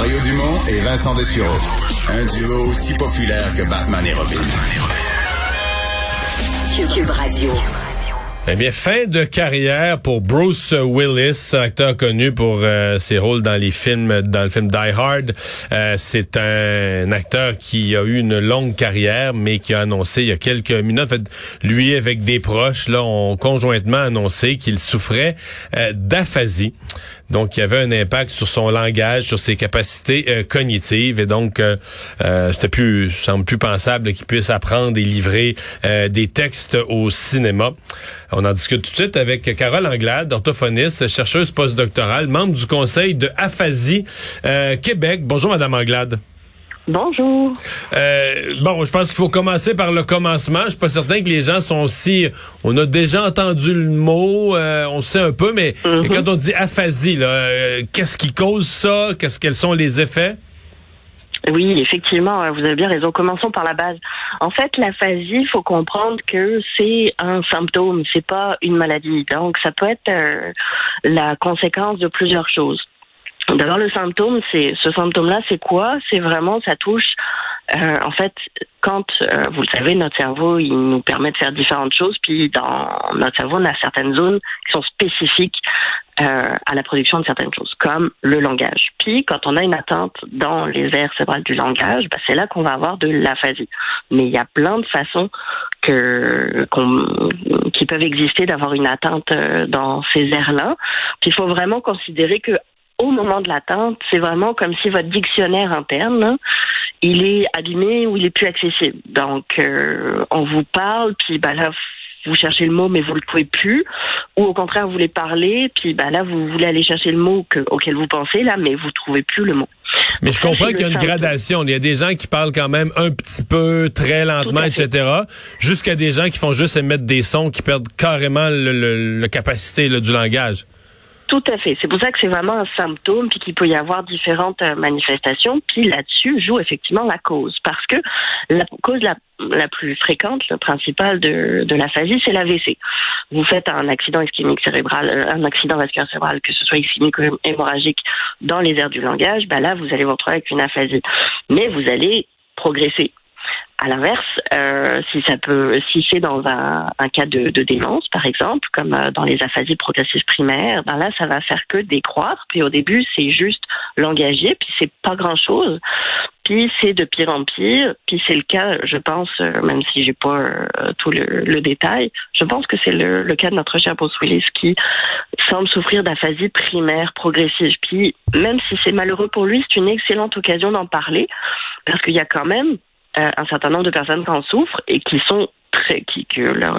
Mario Dumont et Vincent Dessureau. Un duo aussi populaire que Batman et Robin. Cube Radio. Eh bien, fin de carrière pour Bruce Willis, acteur connu pour ses rôles dans le film Die Hard. C'est un acteur qui a eu une longue carrière, mais qui a annoncé il y a quelques minutes, en fait, lui avec des proches, là, ont conjointement annoncé qu'il souffrait d'aphasie. Donc, il y avait un impact sur son langage, sur ses capacités cognitives, et donc semble plus pensable qu'il puisse apprendre et livrer des textes au cinéma. On en discute tout de suite avec Carole Anglade, orthophoniste, chercheuse postdoctorale, membre du Conseil de Aphasie Québec. Bonjour, Madame Anglade. Bonjour. Je pense qu'il faut commencer par le commencement. Je suis pas certain que les gens sont aussi... On a déjà entendu le mot, on sait un peu, mais quand on dit aphasie, là, qu'est-ce qui cause ça? Quels sont les effets? Oui, effectivement, vous avez bien raison. Commençons par la base. En fait, l'aphasie, il faut comprendre que c'est un symptôme, c'est pas une maladie. Donc, ça peut être la conséquence de plusieurs choses. D'abord, ce symptôme-là, c'est quoi? C'est vraiment, ça touche, en fait, quand, vous le savez, notre cerveau, il nous permet de faire différentes choses, puis dans notre cerveau, on a certaines zones qui sont spécifiques à la production de certaines choses, comme le langage. Puis, quand on a une atteinte dans les aires cérébrales du langage, c'est là qu'on va avoir de l'aphasie. Mais il y a plein de façons qui peuvent exister d'avoir une atteinte dans ces aires-là. Puis, il faut vraiment considérer que au moment de l'atteinte, c'est vraiment comme si votre dictionnaire interne, là, il est abîmé ou il est plus accessible. Donc, on vous parle, puis là, vous cherchez le mot, mais vous le trouvez plus. Ou au contraire, vous voulez parler, puis là, vous voulez aller chercher le mot auquel vous pensez, là, mais vous trouvez plus le mot. Mais je comprends qu'il y a une gradation. Il y a des gens qui parlent quand même un petit peu, très lentement, etc. Jusqu'à des gens qui font juste émettre des sons qui perdent carrément la capacité du langage. Tout à fait. C'est pour ça que c'est vraiment un symptôme, puis qu'il peut y avoir différentes manifestations. Puis là-dessus joue effectivement la cause. Parce que la cause la plus fréquente, la principale de l'aphasie, c'est l'AVC. Vous faites un accident ischémique cérébral, un accident vasculaire cérébral, que ce soit ischémique ou hémorragique, dans les aires du langage, là, vous allez vous retrouver avec une aphasie. Mais vous allez progresser. À l'inverse, si c'est dans un cas de démence, par exemple, comme dans les aphasies progressives primaires, là, ça va faire que décroître. Puis au début, c'est juste langagier, puis c'est pas grand-chose. Puis c'est de pire en pire. Puis c'est le cas, je pense, même si j'ai pas tout le détail, je pense que c'est le cas de notre cher Bruce Willis qui semble souffrir d'aphasie primaire progressive. Puis même si c'est malheureux pour lui, c'est une excellente occasion d'en parler, parce qu'il y a quand même un certain nombre de personnes qui en souffrent et qui sont que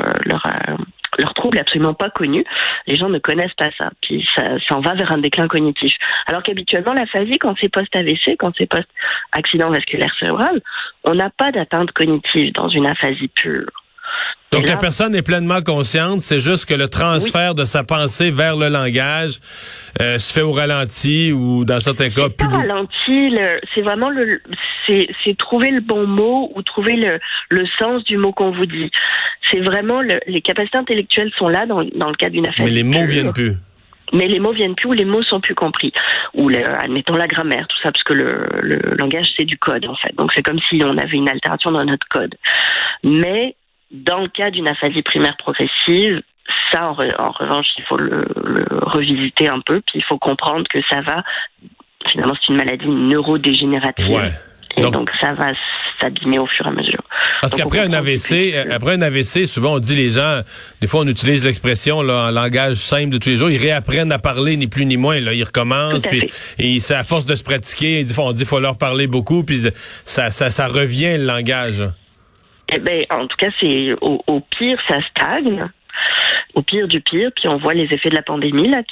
leur trouble est absolument pas connu. Les gens ne connaissent pas ça. Puis ça en va vers un déclin cognitif. Alors qu'habituellement, l'aphasie, quand c'est post-AVC, quand c'est post-accident vasculaire cérébral, on n'a pas d'atteinte cognitive dans une aphasie pure. Donc la personne est pleinement consciente, c'est juste que le transfert de sa pensée vers le langage se fait au ralenti ou dans certains cas plus. Pas ralenti, c'est vraiment c'est trouver le bon mot ou trouver le sens du mot qu'on vous dit. C'est vraiment les capacités intellectuelles sont là dans le cas d'une aphasie. Mais les mots viennent plus. Mais les mots viennent plus ou les mots sont plus compris. Ou admettons la grammaire, tout ça, parce que le langage c'est du code en fait. Donc c'est comme si on avait une altération dans notre code. Mais dans le cas d'une aphasie primaire progressive, ça, en revanche, il faut le revisiter un peu, puis il faut comprendre que ça va, finalement, c'est une maladie neurodégénérative. Ouais. Et donc ça va s'abîmer au fur et à mesure. Parce qu'après un AVC, souvent on dit les gens, des fois on utilise l'expression en langage simple de tous les jours, ils réapprennent à parler ni plus ni moins, là, ils recommencent, puis et c'est à force de se pratiquer, on dit faut leur parler beaucoup, puis ça revient le langage. Eh ben, en tout cas, c'est au pire, ça stagne. Au pire du pire, puis on voit les effets de la pandémie là,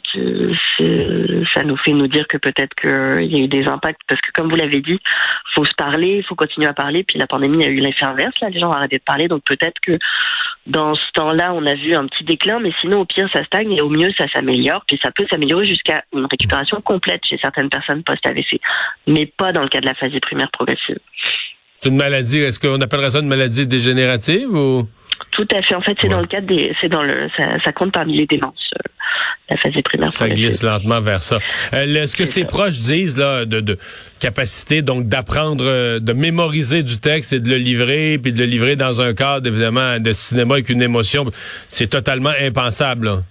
ça nous fait nous dire que peut-être qu'il y a eu des impacts, parce que comme vous l'avez dit, faut se parler, faut continuer à parler, puis la pandémie a eu l'effet inverse, là, les gens ont arrêté de parler, donc peut-être que dans ce temps-là, on a vu un petit déclin, mais sinon au pire ça stagne et au mieux ça s'améliore, puis ça peut s'améliorer jusqu'à une récupération complète chez certaines personnes post-AVC, mais pas dans le cas de l'aphasie primaire progressive. C'est une maladie, est-ce qu'on appellerait ça une maladie dégénérative ou? Tout à fait. En fait, c'est dans le cadre ça compte parmi les démences. l'aphasie primaire. Ça glisse lentement vers ça. Ce que ses proches disent là, de capacité donc d'apprendre, de mémoriser du texte et de le livrer, puis de le livrer dans un cadre évidemment de cinéma avec une émotion, c'est totalement impensable. Là.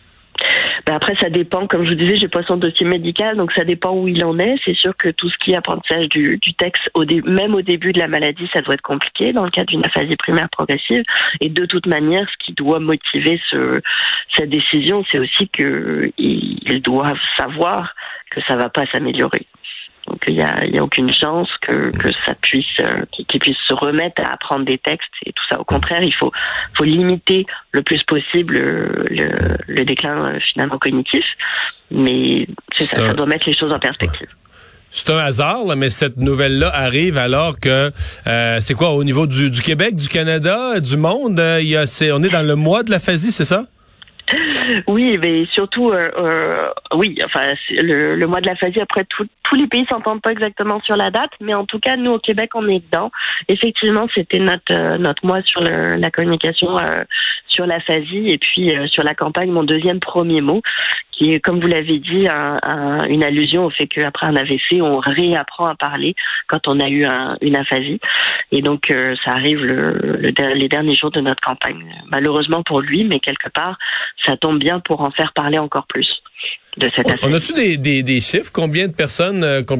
Ben après, ça dépend. Comme je vous disais, j'ai pas son dossier médical, donc ça dépend où il en est. C'est sûr que tout ce qui est apprentissage du texte, même au début de la maladie, ça doit être compliqué dans le cas d'une aphasie primaire progressive. Et de toute manière, ce qui doit motiver sa décision, c'est aussi qu'ils doivent savoir que ça va pas s'améliorer. Donc il y a aucune chance que ça puisse qu'ils puissent se remettre à apprendre des textes et tout ça. Au contraire, il faut limiter le plus possible le déclin finalement cognitif, mais ça doit mettre les choses en perspective. C'est un hasard, là, mais cette nouvelle-là arrive alors que c'est quoi au niveau du Québec, du Canada, du monde, on est dans le mois de l'aphasie, c'est ça? Oui, mais surtout, oui, enfin, le mois de l'aphasie, après, tous les pays s'entendent pas exactement sur la date, mais en tout cas, nous, au Québec, on est dedans. Effectivement, c'était notre mois sur la communication sur l'aphasie, et puis sur la campagne, mon premier mot, qui est, comme vous l'avez dit, une allusion au fait qu'après un AVC, on réapprend à parler quand on a eu une aphasie. Et donc, ça arrive les derniers jours de notre campagne. Malheureusement pour lui, mais quelque part, ça tombe bien pour en faire parler encore plus de cette aphasie. On a-tu des chiffres? Combien de personnes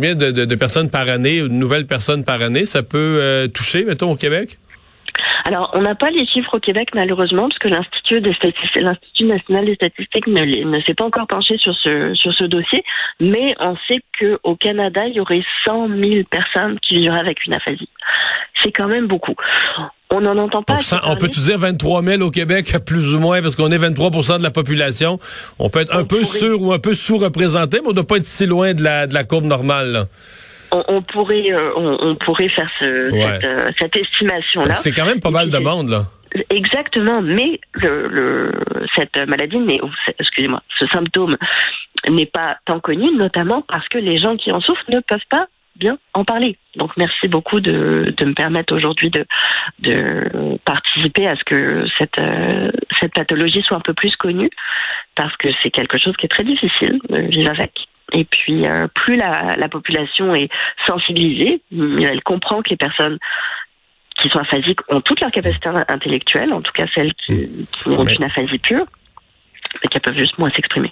par année, ou de nouvelles personnes par année, ça peut toucher, mettons, au Québec? Alors, on n'a pas les chiffres au Québec, malheureusement, parce que l'Institut national des statistiques ne s'est pas encore penché sur ce dossier, mais on sait qu'au Canada, il y aurait 100 000 personnes qui vivraient avec une aphasie. C'est quand même beaucoup. On n'en entend pas. On peut-tu dire 23 000 au Québec, plus ou moins, parce qu'on est 23 % de la population. On peut être un peu sur ou un peu sous-représenté, mais on ne doit pas être si loin de la courbe normale, là. On pourrait faire cette estimation-là. Donc c'est quand même pas mal de monde, là. Exactement, mais cette maladie ce symptôme n'est pas tant connu, notamment parce que les gens qui en souffrent ne peuvent pas bien en parler. Donc merci beaucoup de me permettre aujourd'hui de participer à ce que cette pathologie soit un peu plus connue, parce que c'est quelque chose qui est très difficile de vivre avec. Et puis, plus la population est sensibilisée, elle comprend que les personnes qui sont aphasiques ont toutes leurs capacités intellectuelles, en tout cas celles qui ont une aphasie pure, mais qui peuvent juste moins s'exprimer.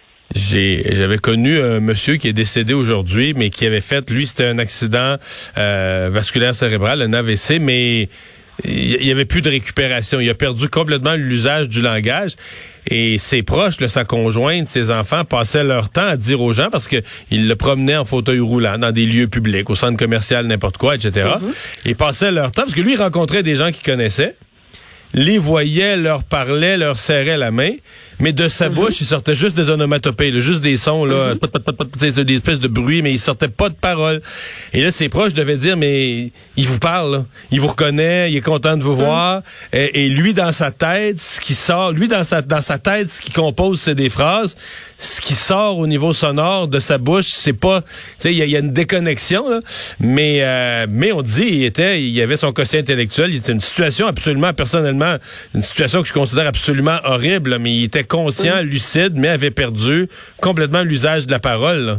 J'avais connu un monsieur qui est décédé aujourd'hui, mais qui avait fait, lui, c'était un accident vasculaire cérébral, un AVC, mais il y avait plus de récupération. Il a perdu complètement l'usage du langage. Et ses proches, sa conjointe, ses enfants, passaient leur temps à dire aux gens, parce que ils le promenaient en fauteuil roulant dans des lieux publics, au centre commercial, n'importe quoi, etc. Et passaient leur temps, parce que lui, il rencontrait des gens qu'il connaissait, les voyait, leur parlait, leur serrait la main, mais de sa bouche, il sortait juste des onomatopées, juste des sons, là, des espèces de bruits, mais il sortait pas de paroles. Et là, ses proches devaient dire, mais il vous parle, là. Il vous reconnaît, il est content de vous voir. Et lui, dans sa tête, ce qui sort, dans sa tête, ce qui compose, c'est des phrases. Ce qui sort au niveau sonore de sa bouche, c'est pas, tu sais, il y a une déconnexion, là. Mais on dit, il y avait son quotient intellectuel. Il était une situation absolument, personnellement, une situation que je considère absolument horrible, là, mais il était conscient, lucide, mais avait perdu complètement l'usage de la parole, là.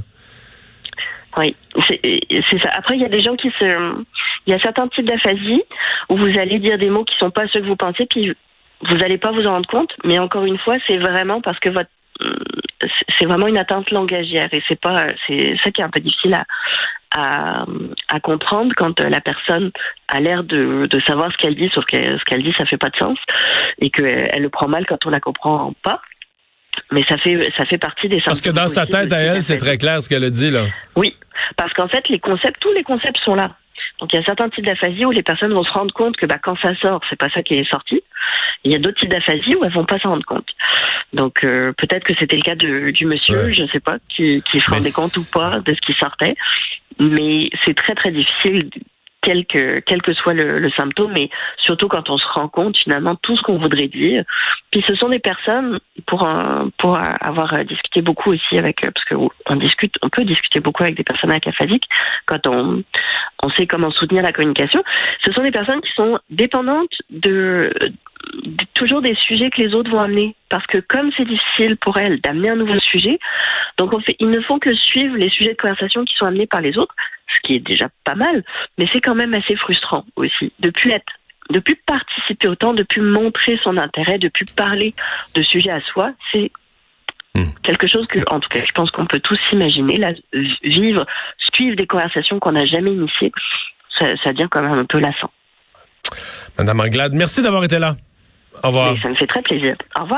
Oui, c'est ça. Après, il y a des gens il y a certains types d'aphasie où vous allez dire des mots qui sont pas ceux que vous pensez, puis vous n'allez pas vous en rendre compte. Mais encore une fois, c'est vraiment parce que c'est vraiment une atteinte langagière, et c'est ça qui est un peu difficile à comprendre quand la personne a l'air de savoir ce qu'elle dit, sauf que ce qu'elle dit, ça fait pas de sens, et qu'elle le prend mal quand on la comprend pas. Mais ça fait partie des symptômes. Parce que dans sa tête à elle, c'est très clair ce qu'elle a dit, là. Oui, parce qu'en fait, tous les concepts sont là. Donc il y a certains types d'aphasie où les personnes vont se rendre compte que quand ça sort, c'est pas ça qui est sorti. Il y a d'autres types d'aphasie où elles vont pas s'en rendre compte. Donc peut-être que c'était le cas du monsieur, je ne sais pas, qui se rendait compte ou pas de ce qui sortait. Mais c'est très très difficile, quel que soit le symptôme, mais surtout quand on se rend compte finalement tout ce qu'on voudrait dire. Puis ce sont des personnes, pour avoir discuté beaucoup aussi avec, parce que on peut discuter beaucoup avec des personnes aphasiques quand on sait comment soutenir la communication. Ce sont des personnes qui sont dépendantes toujours des sujets que les autres vont amener. Parce que comme c'est difficile pour elles d'amener un nouveau sujet, donc ils ne font que suivre les sujets de conversation qui sont amenés par les autres, ce qui est déjà pas mal, mais c'est quand même assez frustrant aussi de plus participer autant, de plus montrer son intérêt, de plus parler de sujets à soi. C'est quelque chose que, en tout cas, je pense qu'on peut tous imaginer, là, suivre des conversations qu'on n'a jamais initiées, ça devient quand même un peu lassant. Madame Anglade, merci d'avoir été là. Au revoir. Et ça me fait très plaisir. Au revoir.